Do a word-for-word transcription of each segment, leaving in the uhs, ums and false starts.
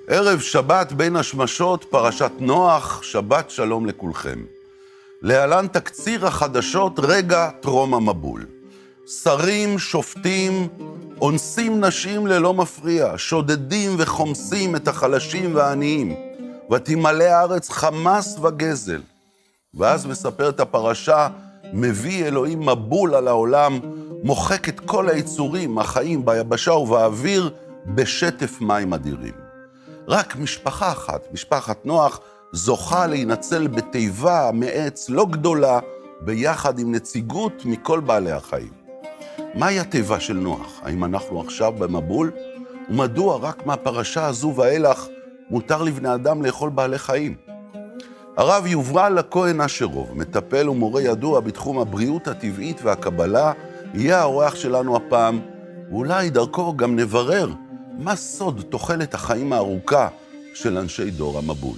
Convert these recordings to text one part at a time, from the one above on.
ערב שבת בין השמשות, פרשת נוח, שבת שלום לכולכם. להלן תקציר החדשות רגע טרום המבול. שרים, שופטים, אונסים נשים ללא מפריע, שודדים וחומסים את החלשים והעניים, ותמלא הארץ חמס וגזל. ואז מספרת הפרשה, מביא אלוהים מבול על העולם, מוחק את כל היצורים החיים ביבשה ובאוויר בשטף מים אדירים. רק משפחה אחת, משפחת נוח, זוכה להינצל בתיבה מעץ לא גדולה, ביחד עם נציגות מכל בעלי החיים. מהי התיבה של נוח? האם אנחנו עכשיו במבול? ומדוע רק מהפרשה הזו ואילך מותר לבני אדם לאכול בעלי חיים? הרב יובל הכהן אשרוב, מטפל ומורה ידוע בתחום הבריאות הטבעית והקבלה, יהיה האורח שלנו הפעם, ואולי דרכו גם נברר מה סוד תוחלת החיים הארוכה של אנשי דור המבול.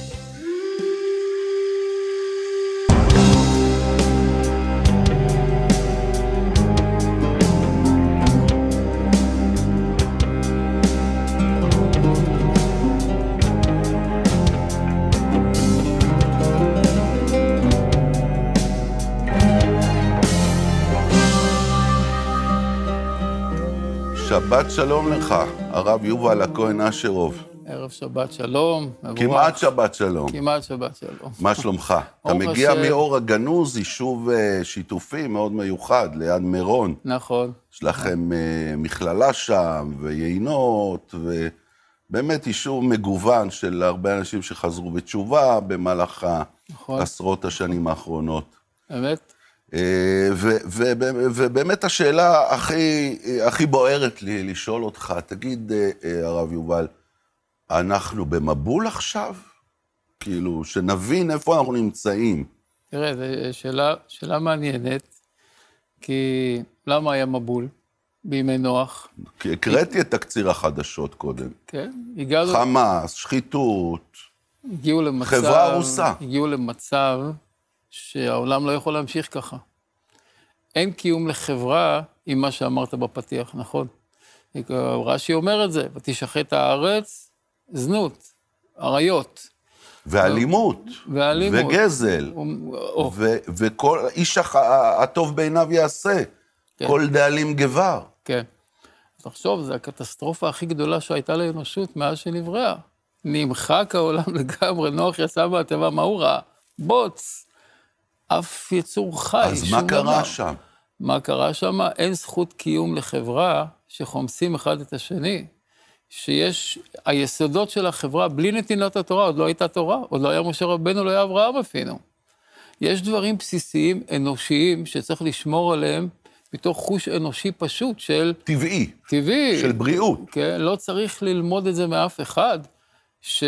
שבת שלום לך, הרב יובל הכהן אשרוב. ערב שבת שלום. כמעט שבת שלום. כמעט שבת שלום. מה שלומך? אתה מגיע מאור הגנוז, יישוב שיתופי מאוד מיוחד, ליד מירון. נכון. יש לכם מכללה שם, ויינות, ובאמת יישוב מגוון של הרבה אנשים שחזרו בתשובה במהלך עשרות השנים האחרונות. באמת? ובאמת השאלה הכי בוערת לי לשאול אותך, תגיד הרב יובל, אנחנו במבול עכשיו? כאילו, שנבין איפה אנחנו נמצאים. תראה, זו שאלה, שאלה מעניינת, כי למה היה מבול בימי נוח? כי הקראתי את תקציר החדשות קודם. כן, הגענו... חמאס, שחיתות, הגיעו למצב... חברה רוסה. הגיעו למצב שהעולם לא יכול להמשיך ככה. אין קיום לחברה עם מה שאמרת בפתיח, נכון? רש"י אומר את זה, ותשחט הארץ, זנות, עריות. ואלימות. ואלימות. וגזל. וכל איש הטוב בעיניו יעשה. כל דאלים גבר. כן. תחשוב, זו הקטסטרופה הכי גדולה שהייתה לאנושות מאז שנבראה. נמחק העולם לגמרי, נוח יצא מהטבע, מה הוא ראה? בוץ. אף יצור חי. אז מה קרה שם? מה קרה שם? אין זכות קיום לחברה שחומסים אחד את השני. שיש, היסודות של החברה, בלי נתינת התורה, עוד לא הייתה תורה, עוד לא היה משה רבנו, לא היה אברהם אפילו. יש דברים בסיסיים, אנושיים, שצריך לשמור עליהם, מתוך חוש אנושי פשוט של... טבעי. טבעי. של בריאות. כן, לא צריך ללמוד את זה מאף אחד, ש...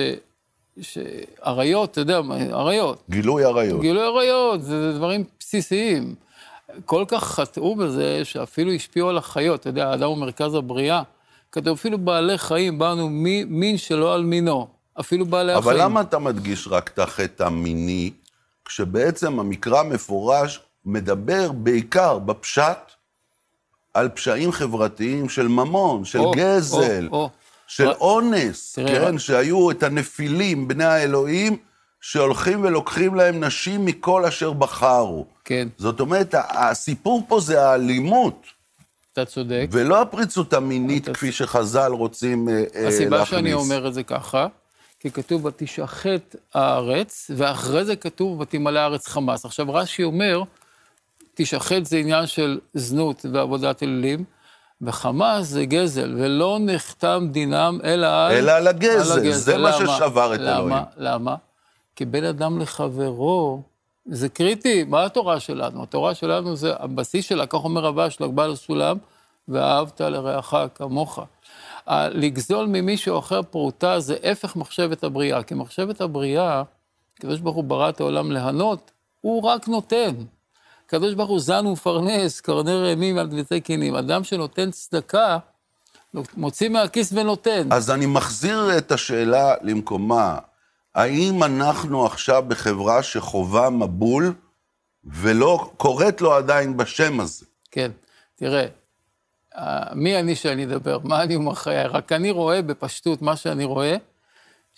שעריות, אתה יודע, עריות. גילוי עריות. גילוי עריות, זה דברים בסיסיים. כל כך חטאו בזה שאפילו השפיעו על החיות, אתה יודע, האדם הוא מרכז הבריאה. כתוב, אפילו בעלי חיים, באנו מין שלא על מינו, אפילו בעלי החיים. אבל למה אתה מדגיש רק את החטא המיני, כשבעצם המקרא מפורש מדבר בעיקר בפשט, על פשעים חברתיים של ממון, של או, גזל, או, או. של ר... אונס, כן, ר... שהיו את הנפילים, בני האלוהים, שהולכים ולוקחים להם נשים מכל אשר בחרו. כן. זאת אומרת, הסיפור פה זה האלימות. אתה צודק. ולא הפריצות המינית, אתה... כפי שחז"ל רוצים להכניס. הסיבה שאני אומר את זה ככה, כי כתוב, ותשחט הארץ, ואחרי זה כתוב, ותמלא הארץ חמאס. עכשיו, רש"י אומר, תשחט זה עניין של זנות ועבודת אלילים, וחמאס זה גזל, ולא נחתם דינם אלא על... אלא על הגזל, על הגזל. זה למה? מה ששבר את למה? אלוהים. למה? למה? כי בין אדם לחברו, זה קריטי. מה התורה שלנו? התורה שלנו זה הבסיס שלה, כך אומר רבה, שלקבה לסולם, ואהבת לרעך כמוך. לגזול ממישהו אחר פרוטה זה הפך מחשבת הבריאה, כי מחשבת הבריאה, הקדוש ברוך הוא ברא את העולם להנות, הוא רק נותן. הקדוש ברוך הוא זן ומפרנס, קרני רעמים על דביתי קינים. אדם שנותן צדקה, מוציא מהכיס ונותן. אז אני מחזיר את השאלה למקומה. האם אנחנו עכשיו בחברה שחובה מבול, ולא קוראת לו עדיין בשם הזה? כן, תראה, מי אני שאני אדבר? מה אני אומר חיי? רק אני רואה בפשטות מה שאני רואה,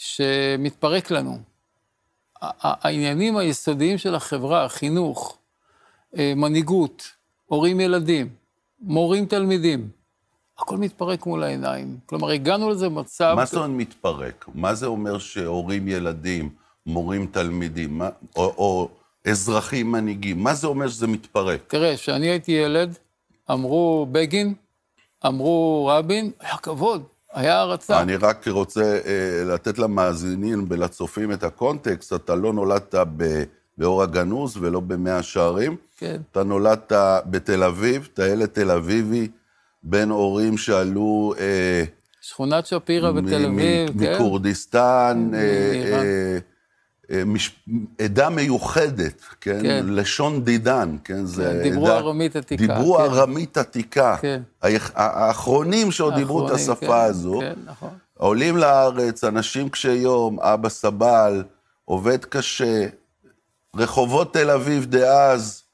שמתפרק לנו. העניינים היסודיים של החברה, חינוך, מנהיגות, הורים ילדים, מורים תלמידים, הכל מתפרק מול העיניים. כלומר, הגענו לזה מצב... מה זה אומר מתפרק? מה זה אומר שהורים ילדים, מורים תלמידים, מה, או, או אזרחים מנהיגים, מה זה אומר שזה מתפרק? תראה, כשאני הייתי ילד, אמרו בגין, אמרו רבין, היה כבוד, היה הרצה. אני רק רוצה אה, לתת למאזינים ולצופים את הקונטקסט, אתה לא נולדת ב... באור הגנוז ולא במאה שערים. כן. אתה נולדת בתל אביב, אתה ילד תל אביבי, בין הורים שעלו... אה, שכונת שפירא בתל אביב, כן. מכורדיסטן, אה, אה, אה, מש... עדה מיוחדת, כן? כן. לשון דידן, כן? זה כן, דיברו עדה... ארמית עתיקה. דיברו כן. ארמית עתיקה. כן. האחרונים שעוד דיברו את השפה כן, הזו. כן, נכון. עולים לארץ, אנשים קשי יום, אבא סבל, עובד קשה, רחובות תל אביב דאז.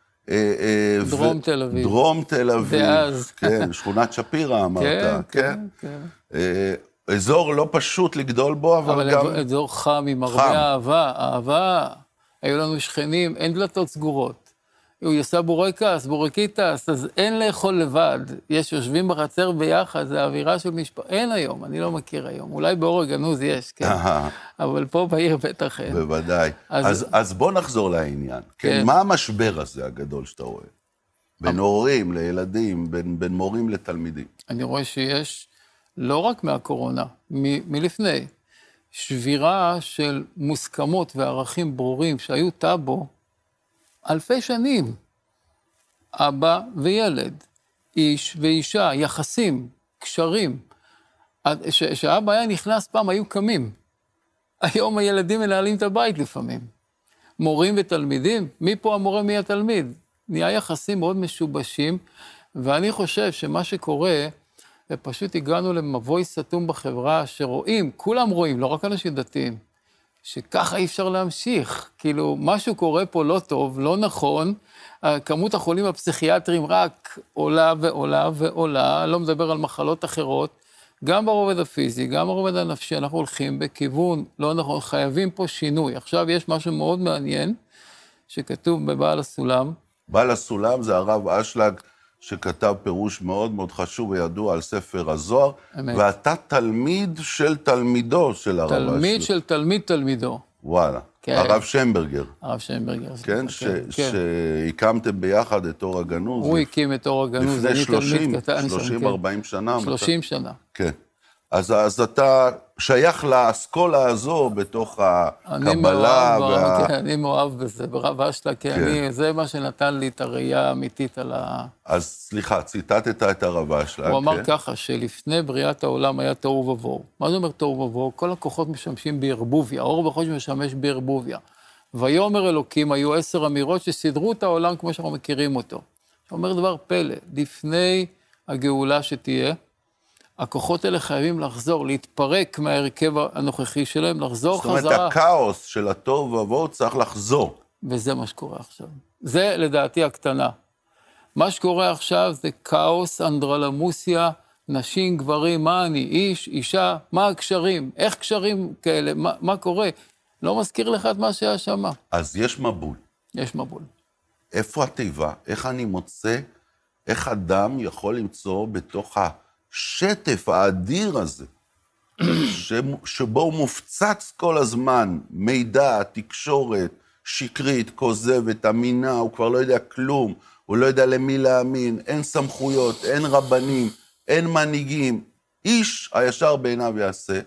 דרום תל אביב. דרום תל אביב. דאז. כן, שכונת שפירא אמרת. כן, כן, כן. אזור לא פשוט לגדול בו, אבל גם... אבל אזור חם עם הרבה אהבה, אהבה. היו לנו שכנים, אין דלתות סגורות. הוא יעשה בורקס, בורקיטס, אז אין לאכול לבד. יש יושבים בחצר ביחד, זה האווירה של משפחה. אין היום, אני לא מכיר היום. אולי באור הגנוז יש, כן. אבל פה בעיר בטח אין. בוודאי. אז, אז בוא נחזור לעניין. כן. כן. מה המשבר הזה הגדול שאתה רואה? בין הורים לילדים, בין, בין מורים לתלמידים. אני רואה שיש, לא רק מהקורונה, מ- מלפני, שבירה של מוסכמות וערכים ברורים שהיו טאבו, אלפי שנים, אבא וילד, איש ואישה, יחסים, קשרים. כשאבא היה נכנס פעם, היו קמים. היום הילדים מנהלים את הבית לפעמים. מורים ותלמידים, מי פה המורה, מי התלמיד? נהיה יחסים מאוד משובשים, ואני חושב שמה שקורה, ופשוט הגענו למבוי סתום בחברה, שרואים, כולם רואים, לא רק אנשים דתיים, שככה אי אפשר להמשיך. כאילו, משהו קורה פה לא טוב, לא נכון, כמות החולים הפסיכיאטריים רק עולה ועולה ועולה, לא מדבר על מחלות אחרות, גם ברובד הפיזי, גם ברובד הנפשי, אנחנו הולכים בכיוון לא נכון, חייבים פה שינוי. עכשיו יש משהו מאוד מעניין, שכתוב בבעל הסולם. בעל הסולם זה הרב אשלג, שכתב פירוש מאוד מאוד חשוב וידוע על ספר הזוהר, אמת. ואתה תלמיד של תלמידו של הרב אשלג. תלמיד של תלמיד תלמידו. וואלה. כן. הרב שמברגר. הרב שמברגר. כן, ש... כן. שהקמתם ביחד את אור הגנוז. הוא הקים את אור הגנוז. לפני שלושים, שלושים ארבעים שנה. שלושים שנה. כן. אז, אז אתה שייך לאסכולה הזו בתוך הקבלה. וה... כן, אני מאוהב בזה, ברב אשלג, כי כן. אני, זה מה שנתן לי את הראייה האמיתית על ה... אז סליחה, ציטטת את הרב אשלג. הוא אמר כן. ככה, שלפני בריאת העולם היה תוהו ובוהו. מה זה אומר תוהו ובוהו? כל הכוחות משמשים בערבוביה, האור בחוש משמש בערבוביה. ויאמר אלוקים, היו עשר אמירות שסידרו את העולם כמו שאנחנו מכירים אותו. הוא אומר דבר פלא, לפני הגאולה שתהיה, הכוחות האלה חייבים לחזור, להתפרק מההרכב הנוכחי שלהם, לחזור חזרה. זאת אומרת, הכאוס של הטוב ובוהו צריך לחזור. וזה מה שקורה עכשיו. זה לדעתי הקטנה. מה שקורה עכשיו זה כאוס, אנדרלמוסיה, נשים, גברים, מה אני, איש, אישה, מה הקשרים, איך קשרים כאלה, מה, מה קורה? לא מזכיר לך את מה שהיה שם. אז יש מבול. יש מבול. איפה התיבה? איך אני מוצא, איך אדם יכול למצוא בתוך ה... שטף האדיר הזה, שבו הוא מופצץ כל הזמן, מידע, תקשורת, שקרית, כוזבת, אמינה, הוא כבר לא יודע כלום, הוא לא יודע למי להאמין, אין סמכויות, אין רבנים, אין מנהיגים, איש הישר בעיניו יעשה,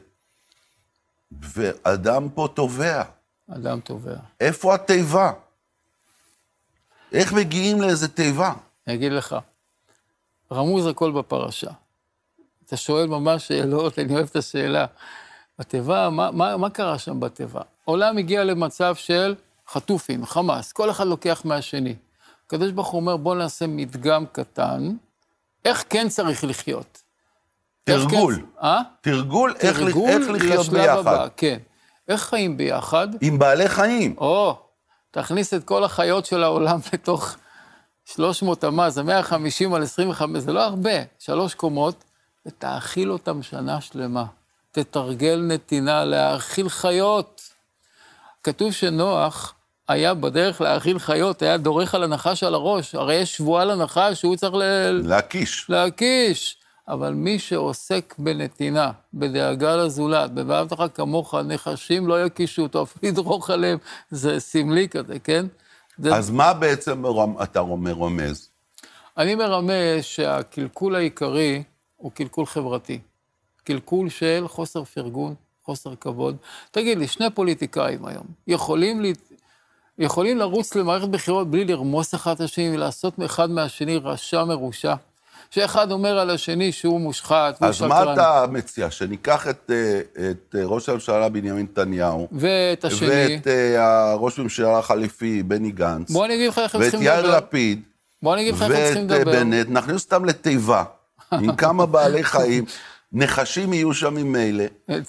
ואדם פה תובע. אדם תובע. איפה התיבה? איך מגיעים לאיזה תיבה? אני אגיד לך, רמוז הכל בפרשה. אתה שואל ממש שאלות, אני אוהב את השאלה. בתיבה, מה, מה, מה קרה שם בתיבה? עולם הגיע למצב של חטופים, חמאס, כל אחד לוקח מהשני. הקדוש ברוך הוא אומר, בוא נעשה מדגם קטן, איך כן צריך לחיות? תרגול. כן, אה? תרגול, איך, איך לחיות ביחד. הבא, כן. איך חיים ביחד? עם בעלי חיים. או, תכניס את כל החיות של העולם לתוך שלוש מאות אמה, זה מאה וחמישים על עשרים וחמש, זה לא הרבה, שלוש קומות, ותאכיל אותם שנה שלמה. תתרגל נתינה להאכיל חיות. כתוב שנוח היה בדרך להאכיל חיות, היה דורך על הנחש על הראש, הרי יש שבועה לנחש שהוא צריך ל... להקיש. להקיש. אבל מי שעוסק בנתינה, בדאגה לזולת, ב"ואהבת לך כמוך", נחשים לא יקישו אותו, אפילו לדרוך עליהם, זה סמלי כזה, כן? זה... אז מה בעצם אתה מרמז? אני מרמז שהקלקול העיקרי הוא קלקול חברתי. קלקול של חוסר פרגון, חוסר כבוד. תגיד לי, שני פוליטיקאים היום, יכולים, לי, יכולים לרוץ למערכת בחירות בלי לרמוס אחד את השני ולעשות אחד מהשני רשע מרושע? שאחד אומר על השני שהוא מושחת, והוא שקרן. אז מה אתה מציע? שניקח את, את ראש הממשלה בנימין נתניהו, ואת השני, ואת ראש הממשלה החליפי בני גנץ, בוא אני אגיד לך איך הם צריכים לדבר, ואת יאיר לפיד, בוא אני אגיד לך איך הם צריכים לדבר, ואת בנט, נכניס אותם לתיבה, עם כמה בעלי חיים, נחשים יהיו שם עם מילא,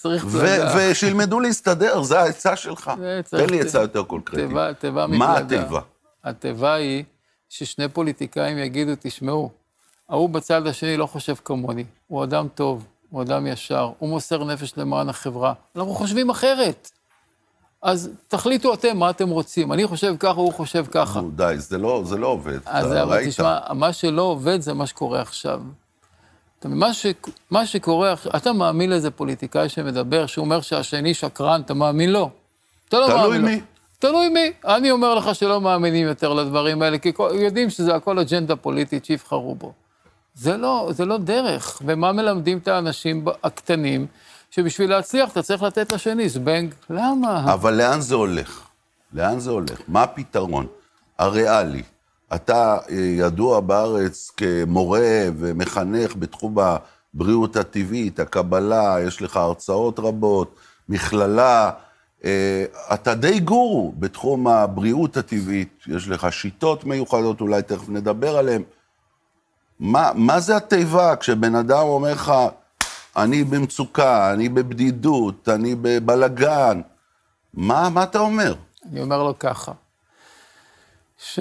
ושילמדו להסתדר, זה ההצעה שלך. תן לי הצעה יותר קונקרטית. מה התיבה? התיבה היא ששני פוליטיקאים יגידו, תשמעו, הוא בצד השני לא חושב כמוני, הוא אדם טוב, הוא אדם ישר, הוא מוסר נפש למען החברה, אנחנו חושבים אחרת. אז תחליטו אתם מה אתם רוצים, אני חושב ככה, הוא חושב ככה. די, זה לא, זה לא עובד. אז אבל תשמע, מה שלא עובד זה מה שקורה עכשיו. מה, ש... מה שקורה עכשיו, אתה מאמין לאיזה פוליטיקאי שמדבר, שהוא אומר שהשני שקרן, אתה מאמין לו? אתה לא תלוי מאמין מי. לו. תלוי מי. אני אומר לך שלא מאמינים יותר לדברים האלה, כי יודעים שזה הכל אג'נדה פוליטית שיבחרו בו. זה לא, זה לא דרך. ומה מלמדים את האנשים הקטנים, שבשביל להצליח אתה צריך לתת לשני זבנג? למה? אבל לאן זה הולך? לאן זה הולך? מה הפתרון? הריאלי. אתה ידוע בארץ כמורה ומחנך בתחום הבריאות הטבעית, הקבלה, יש לך הרצאות רבות, מכללה, אתה די גורו בתחום הבריאות הטבעית, יש לך שיטות מיוחדות, אולי תכף נדבר עליהן. מה, מה זה התיבה כשבן אדם אומר לך, אני במצוקה, אני בבדידות, אני בבלגן, מה, מה אתה אומר? אני אומר לו ככה, ש...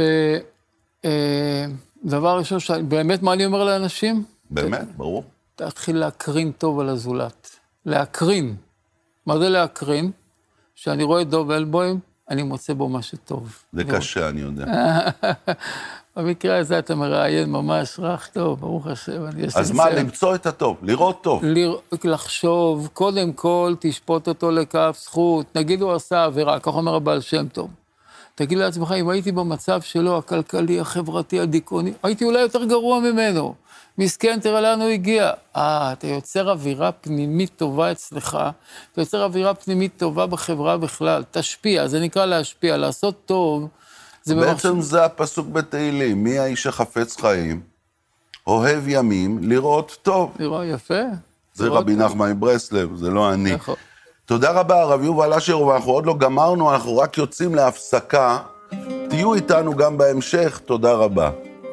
דבר ראשון, באמת מה אני אומר לאנשים? באמת, ברור. תתחיל להקרין טוב על הזולת. להקרין. מה זה להקרין? שאני רואה את דוב אלבוים, אני מוצא בו משהו טוב. זה קשה, אני יודע. במקרה הזה אתה מראיין ממש רך טוב, ברוך השם. אז מה, למצוא את הטוב, לראות טוב. לחשוב, קודם כל תשפוט אותו לכף זכות. נגיד הוא עשה עבירה, כך אומר הבעל שם טוב. תגיד לעצמך, אם הייתי במצב שלו, הכלכלי, החברתי, הדיכאוני, הייתי אולי יותר גרוע ממנו. מסכן, תראה לאן הוא הגיע. אה, אתה יוצר אווירה פנימית טובה אצלך, אתה יוצר אווירה פנימית טובה בחברה בכלל, תשפיע, זה נקרא להשפיע, לעשות טוב. זה בעצם ממש... זה הפסוק בתהילים, מי האיש החפץ חיים, אוהב ימים, לראות טוב. לראות יפה. זה רבי נחמן מברסלב, זה לא אני. נכון. תודה רבה, הרב יובל אשר, ואנחנו עוד לא גמרנו, אנחנו רק יוצאים להפסקה. תהיו איתנו גם בהמשך, תודה רבה.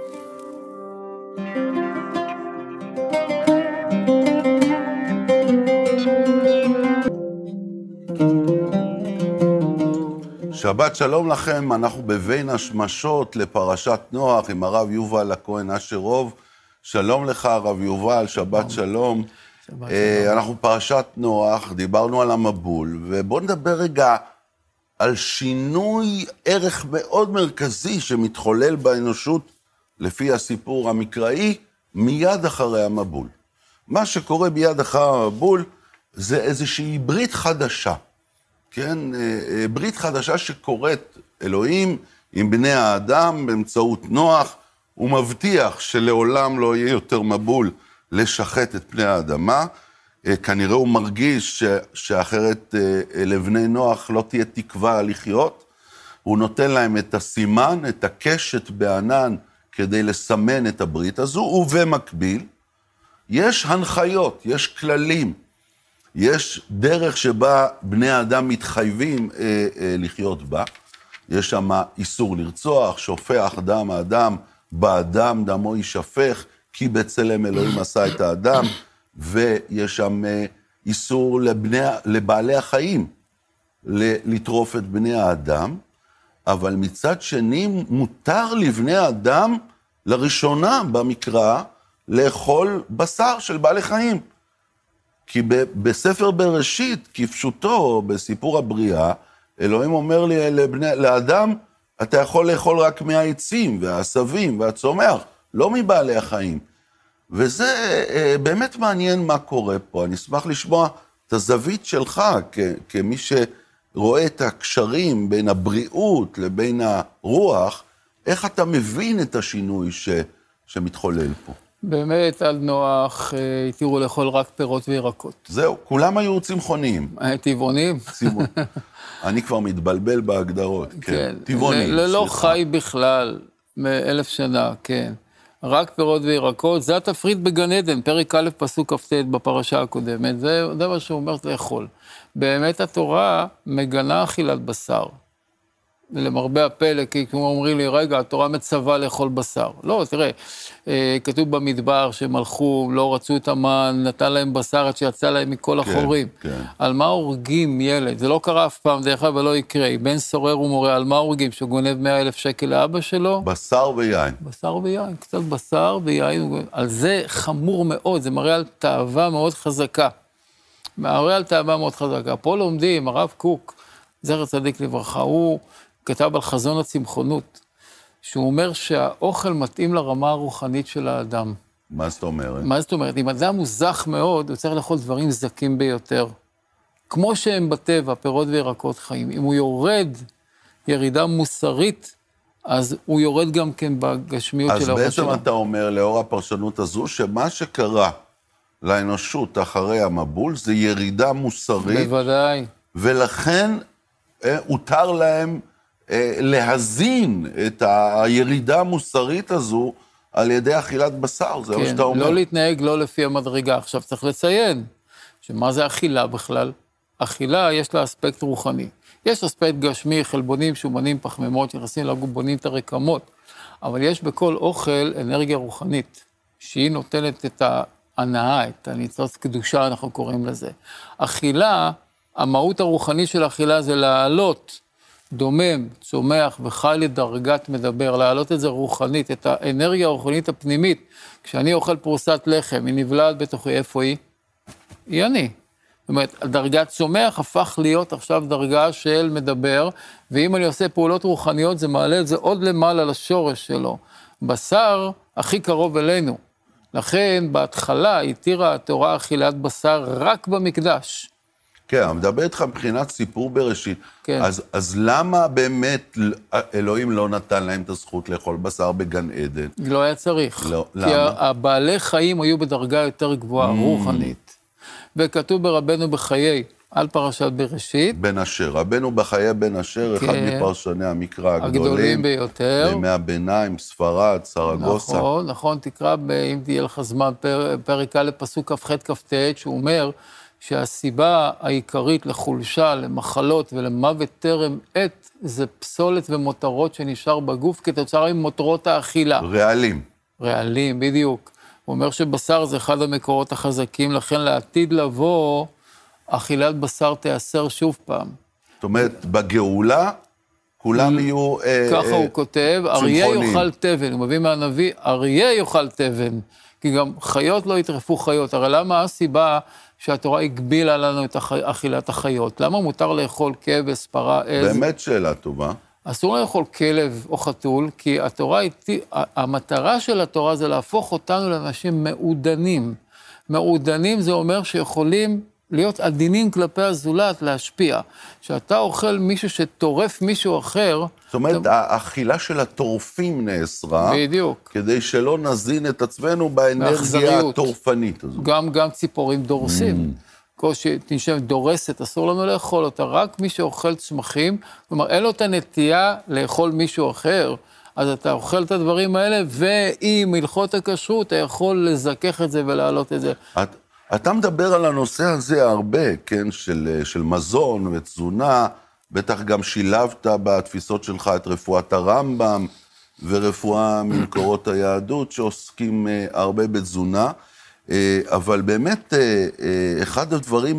שבת שלום לכם, אנחנו בבין השמשות לפרשת נוח עם הרב יובל הכהן אשרוב. שלום לך, הרב יובל, שבת שלום. אנחנו פרשת נוח, דיברנו על המבול, ובואו נדבר רגע על שינוי ערך מאוד מרכזי שמתחולל באנושות, לפי הסיפור המקראי, מיד אחרי המבול. מה שקורה מיד אחרי המבול, זה איזושהי ברית חדשה, כן? ברית חדשה שקורית אלוהים עם בני האדם באמצעות נוח, הוא מבטיח שלעולם לא יהיה יותר מבול, לשחט את פני האדמה, כנראה הוא מרגיש ש, שאחרת לבני נוח לא תהיה תקווה לחיות, הוא נותן להם את הסימן, את הקשת בענן, כדי לסמן את הברית הזו, ובמקביל, יש הנחיות, יש כללים, יש דרך שבה בני האדם מתחייבים אה, אה, לחיות בה, יש שם איסור לרצוח, שופך דם האדם, באדם דמו יישפך, כי בצלם אלוהים עשה את האדם, ויש שם איסור לבני, לבעלי החיים, לטרוף את בני האדם, אבל מצד שני מותר לבני האדם, לראשונה במקרא, לאכול בשר של בעלי חיים. כי ב- בספר בראשית, כפשוטו, בסיפור הבריאה, אלוהים אומר לי, לבני, לאדם, אתה יכול לאכול רק מהעצים והעשבים והצומח, לא מבעלי החיים. וזה אה, באמת מעניין מה קורה פה. אני אשמח לשמוע את הזווית שלך, כ- כמי שרואה את הקשרים בין הבריאות לבין הרוח, איך אתה מבין את השינוי ש- שמתחולל פה. באמת, על נוח התירו לאכול רק פירות וירקות. זהו, כולם היו צמחוניים. טבעונים? צמחוניים. אני כבר מתבלבל בהגדרות, כן. כן. טבעונים, ללא חי בכלל, מאלף שנה, כן. רק פירות וירקות, זה התפריט בגן עדן, פרק א' פסוק כ"ט בפרשה הקודמת, זה דבר שהוא אומר לאכול. באמת התורה מגנה אכילת בשר. למרבה הפלא, כי כמו אומרים לי, רגע, התורה מצווה לאכול בשר. לא, תראה, כתוב במדבר שהם הלכו, לא רצו את המן, נתן להם בשר עד שיצא להם מכל כן, החורים. כן. על מה הורגים ילד? זה לא קרה אף פעם, דרך אגב, ולא יקרה. בן סורר ומורה, על מה הורגים? שגונב מאה אלף שקל לאבא שלו? בשר ויין. בשר ויין, קצת בשר ויין. על זה חמור מאוד, זה מראה על תאווה מאוד חזקה. מראה על תאווה מאוד חזקה. פה לומדים, הרב קוק, זכר צדיק לברכה, הוא כתב על חזון הצמחונות, שהוא אומר שהאוכל מתאים לרמה הרוחנית של האדם. מה זאת אומרת? מה זאת אומרת? אם אדם הוא זך מאוד, הוא צריך לאכול דברים זכים ביותר. כמו שהם בטבע, פירות וירקות חיים. אם הוא יורד ירידה מוסרית, אז הוא יורד גם כן בגשמיות של האוכל. אז בעצם אתה אומר, לאור הפרשנות הזו, שמה שקרה לאנושות אחרי המבול, זה ירידה מוסרית. בוודאי. ולכן אה, הותר להם להזין את הירידה המוסרית הזו על ידי אכילת בשר, זה מה שאתה אומר. לא להתנהג לא לפי המדרגה. עכשיו צריך לציין, שמה זה אכילה בכלל? אכילה יש לה אספקט רוחני. יש אספקט גשמי, חלבונים, שומנים, פחמימות, נכנסים לגוף, בונים את הרקמות, אבל יש בכל אוכל אנרגיה רוחנית, שהיא נותנת את ההנאה, את הניצוץ קדושה, אנחנו קוראים לזה. אכילה, המהות הרוחנית של אכילה זה להעלות, דומם, צומח וחי לדרגת מדבר, להעלות את זה רוחנית, את האנרגיה הרוחנית הפנימית. כשאני אוכל פרוסת לחם, היא נבלעת בתוכי, איפה היא? היא אני. זאת אומרת, דרגת צומח הפך להיות עכשיו דרגה של מדבר, ואם אני עושה פעולות רוחניות, זה מעלה את זה עוד למעלה לשורש שלו. בשר הכי קרוב אלינו. לכן, בהתחלה התירה התורה אכילת בשר רק במקדש. כן, אני מדבר איתך מבחינת סיפור בראשית. כן. אז, אז למה באמת אלוהים לא נתן להם את הזכות לאכול בשר בגן עדן? לא היה צריך. לא, כי למה? הבעלי חיים היו בדרגה יותר גבוהה, mm. רוחנית. וכתוב ברבנו בחיי, על פרשת בראשית. בן אשר, רבנו בחיי בן אשר, כן. אחד מפרשני המקרא הגדולים. הגדולים ביותר. בימי הביניים, ספרד, סרגוסה. נכון, נכון, תקרא, אם תהיה לך זמן, פר, פרק א' פסוק כ"ח כ"ט, שהוא אומר, שהסיבה העיקרית לחולשה, למחלות ולמוות טרם עת, זה פסולת ומותרות שנשאר בגוף כתוצאה ממותרות האכילה. רעלים. רעלים, בדיוק. הוא אומר שבשר זה אחד המקורות החזקים, לכן לעתיד לבוא, אכילת בשר תיאסר שוב פעם. זאת אומרת, בגאולה, כולם יהיו צמחונים. ככה הוא כותב, אריה יאכל תבן, הוא מביא מהנביא, אריה יאכל תבן, כי גם חיות לא יטרפו חיות. הרי למה הסיבה שהתורה הגבילה לנו את אכילת החיות? למה מותר לאכול כבש, פרה, עז? באמת שאלה טובה. אסור לאכול כלב או חתול, כי התורה, המטרה של התורה זה להפוך אותנו לאנשים מעודנים. מעודנים זה אומר שיכולים להיות עדינים כלפי הזולת, להשפיע. שאתה אוכל מישהו שטורף מישהו אחר... זאת אומרת, אתה... האכילה של הטורפים נאסרה. בדיוק. כדי שלא נזין את עצמנו באנרגיה הטורפנית הזו. גם, גם ציפורים דורסים. Mm. כל שתנשם דורסת, אסור לנו לאכול אותה. רק מי שאוכל צמחים, כלומר, אין לו את הנטייה לאכול מישהו אחר, אז אתה אוכל את הדברים האלה, ועם הלכות הכשרות, אתה יכול לזכך את זה ולהעלות את זה. את... אתה מדבר על הנושא הזה הרבה, כן, של, של מזון ותזונה, בטח גם שילבת בתפיסות שלך את רפואת הרמב"ם, ורפואה ממקורות היהדות, שעוסקים הרבה בתזונה, אבל באמת, אחד הדברים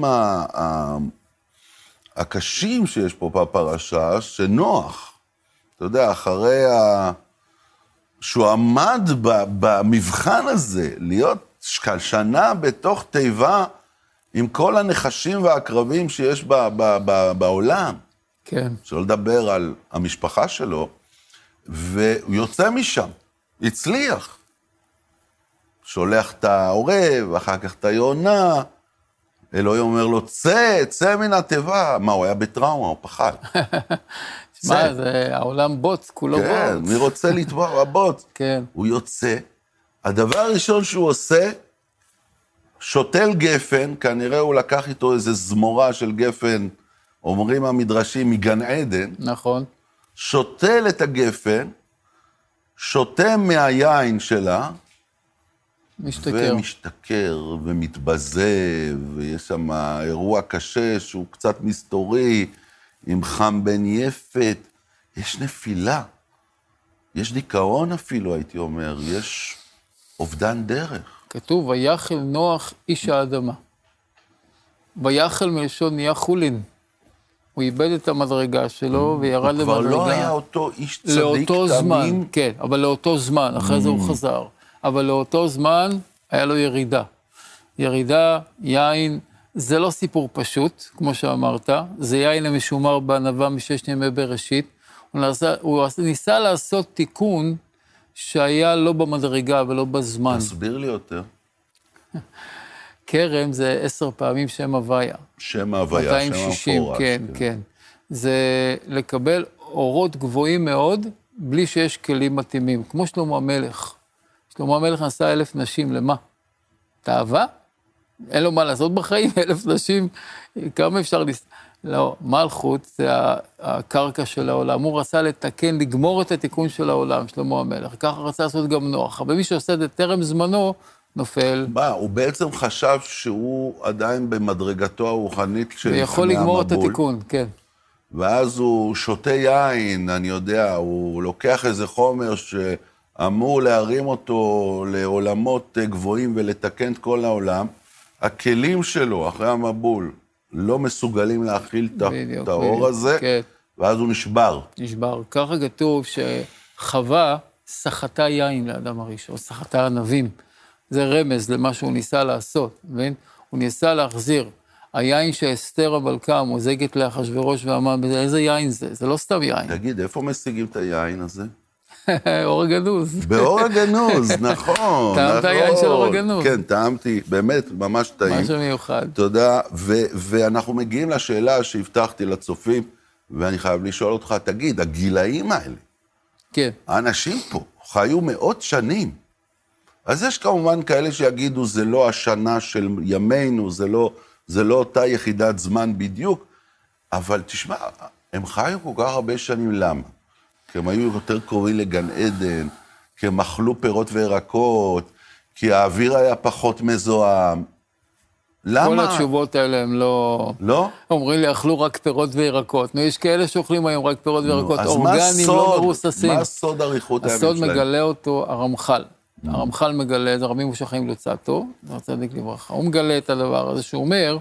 הקשים שיש פה בפרשה, שנוח, אתה יודע, אחרי ה... שהוא עמד במבחן הזה, להיות שנה בתוך תיבה עם כל הנחשים והקרבים שיש ב, ב, ב, בעולם, כן. שלא לדבר על המשפחה שלו, והוא יוצא משם, הצליח. שולח את העורב, אחר כך את היונה, אלוהים אומר לו, צא, צא מן התיבה. מה, הוא היה בטראומה, הוא פחד. מה, זה העולם בוץ, כולו בוץ. כן, מי רוצה לטבוע בבוץ? כן. הוא יוצא, הדבר הראשון שהוא עושה, שותל גפן, כנראה הוא לקח איתו איזו זמורה של גפן, אומרים המדרשים, מגן עדן. נכון. שותל את הגפן, שותה מהיין שלה, משתכר. ומשתכר, ומתבזה, ויש שם אירוע קשה שהוא קצת מסתורי, עם חם בן יפת. יש נפילה, יש דיכאון אפילו, הייתי אומר, יש אובדן דרך. כתוב, ויחל נוח איש האדמה. ויחל מלשון נהיה חולין. הוא איבד את המדרגה שלו וירד למדרגה. הוא כבר לא היה אותו איש צדיק לאותו תמים. זמן, כן, אבל לאותו זמן, אחרי זה הוא חזר. אבל לאותו זמן היה לו ירידה. ירידה, יין, זה לא סיפור פשוט, כמו שאמרת, זה יין המשומר בענווה מששת ימי בראשית. הוא ניסה, הוא ניסה לעשות תיקון שהיה לא במדרגה ולא בזמן. תסביר לי יותר. כרם זה עשר פעמים שם הוויה. שם ההוויה, מאתיים שם ושישים, המפורש. כן, כן. זה לקבל אורות גבוהים מאוד, בלי שיש כלים מתאימים. כמו שלמה המלך. שלמה המלך נשא אלף נשים, למה? תאווה? אין לו מה לעשות בחיים, אלף נשים, כמה אפשר לס... לא, מלכות זה הקרקע של העולם. הוא רצה לתקן, לגמור את התיקון של העולם, שלמה המלך. ככה רצה לעשות גם נוח. אבל מי שעושה את זה טרם זמנו, נופל. מה, הוא בעצם חשב שהוא עדיין במדרגתו הרוחנית של לפני המבול. ויכול לגמור את התיקון, כן. ואז הוא שותה יין, אני יודע, הוא לוקח איזה חומר שאמור להרים אותו לעולמות גבוהים ולתקן את כל העולם. הכלים שלו, אחרי המבול, לא מסוגלים להכיל את האור הזה, כן. ואז הוא נשבר. נשבר. ככה כתוב שחווה שחתה יין לאדם הראשון, שחתה ענבים. זה רמז למה שהוא ניסה לעשות, מבין? הוא ניסה להחזיר. היין שאסתר המלכה מוזגת לאחשוורוש ואמן, איזה יין זה? זה לא סתם יין. תגיד, איפה משיגים את היין הזה? אור הגנוז. באור הגנוז, נכון. טעמת היין של אור הגנוז. כן, טעמתי, באמת, ממש טעים. משהו מיוחד. תודה, ואנחנו מגיעים לשאלה שהבטחתי לצופים, ואני חייב לשאול אותך, תגיד, הגילאים האלה, כן. האנשים פה חיו מאות שנים, אז יש כמובן כאלה שיגידו, זה לא השנה של ימינו, זה לא, זה לא אותה יחידת זמן בדיוק, אבל תשמע, הם חיו כל כך הרבה שנים, למה? כי הם היו יותר קרובים לגן עדן, כי הם אכלו פירות וירקות, כי האוויר היה פחות מזוהם. למה? כל התשובות האלה הם לא... לא? אומרים לי, אכלו רק פירות וירקות. נו, יש כאלה שאוכלים היום רק פירות וירקות, אורגנים, לא מרוססים. מה הסוד אריכות הימים שלהם? הסוד מגלה אותו הרמח"ל. הרמח"ל מגלה, זה רבי משה חיים לוצאטו, צדיק לברכה. הוא מגלה את הדבר הזה, שהוא אומר,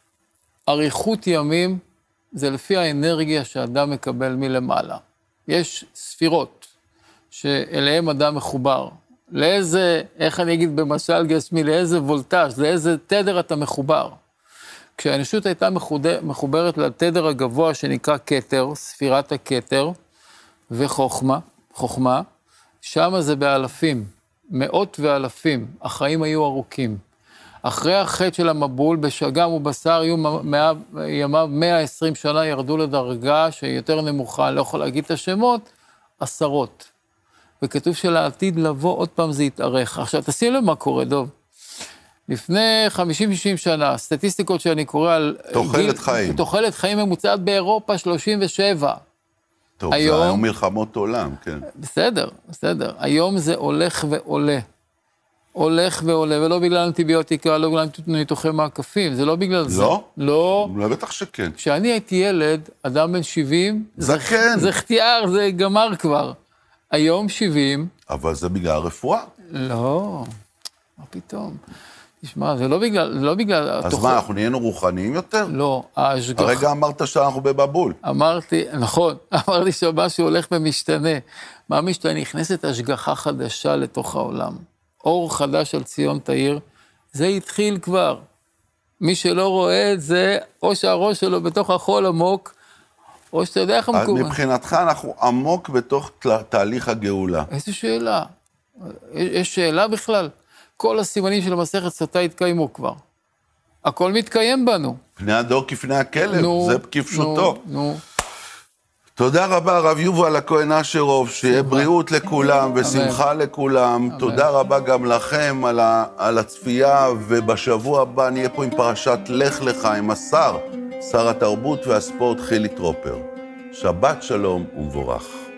אריכות ימים זה לפי האנרגיה שאדם מקבל מלמעלה. יש ספירות שאליהם אדם מחובר. לאיזה, איך אני אגיד במשל גשמי, לאיזה וולטאז', לאיזה תדר אתה מחובר. כשהאנושות הייתה מחוברת לתדר הגבוה שנקרא כתר, ספירת הכתר, וחוכמה, חוכמה, שם זה באלפים, מאות ואלפים, החיים היו ארוכים. אחרי החטא של המבול, בשגם ובשר, היו ימיו מאה ועשרים שנה, ירדו לדרגה שהיא יותר נמוכה, לא יכול להגיד את השמות, עשרות. וכתוב שלעתיד לבוא, עוד פעם זה יתארך. עכשיו, תשים לב מה קורה, דוב. לפני חמישים שישים שנה, סטטיסטיקות שאני קורא על... תוחלת חיים. תוחלת חיים ממוצעת באירופה, שלושים ושבע. טוב, היום, זה היום מלחמות עולם, כן. בסדר, בסדר. היום זה הולך ועולה. הולך ועולה, ולא בגלל אנטיביוטיקה, לא בגלל ניתוחי מעקפים, זה לא בגלל זה. לא? לא. לא בטח שכן. כשאני הייתי ילד, אדם בן שבעים, זקן. זה חתיאר, זה גמר כבר. היום שבעים. אבל זה בגלל הרפואה. לא, מה פתאום? תשמע, זה לא בגלל... לא בגלל אז התוכל... מה, אנחנו נהיינו רוחניים יותר? לא, ההשגחה... הרגע אמרת שאנחנו בבבול. אמרתי, נכון, אמרתי שמשהו הולך ומשתנה. מה משתנה? נכנסת השגחה חדשה לתוך העולם. אור חדש על ציון תאיר, זה התחיל כבר. מי שלא רואה את זה, או שהראש שלו בתוך החול עמוק, או שאתה יודע איך הם קוראים. מבחינתך אנחנו עמוק בתוך תהליך הגאולה. איזו שאלה. יש שאלה בכלל. כל הסימנים של המסכת סוטה התקיימו כבר. הכל מתקיים בנו. פני הדור כפני הכלב, נו, זה כפשוטו. נו, נו. תודה רבה, הרב יובל הכהן אשרוב, שיהיה בריאות לכולם ושמחה לכולם. תודה רבה גם לכם על, ה, על הצפייה, ובשבוע הבא נהיה פה עם פרשת לך לך, עם השר, שר התרבות והספורט חילי טרופר. שבת שלום ומבורך.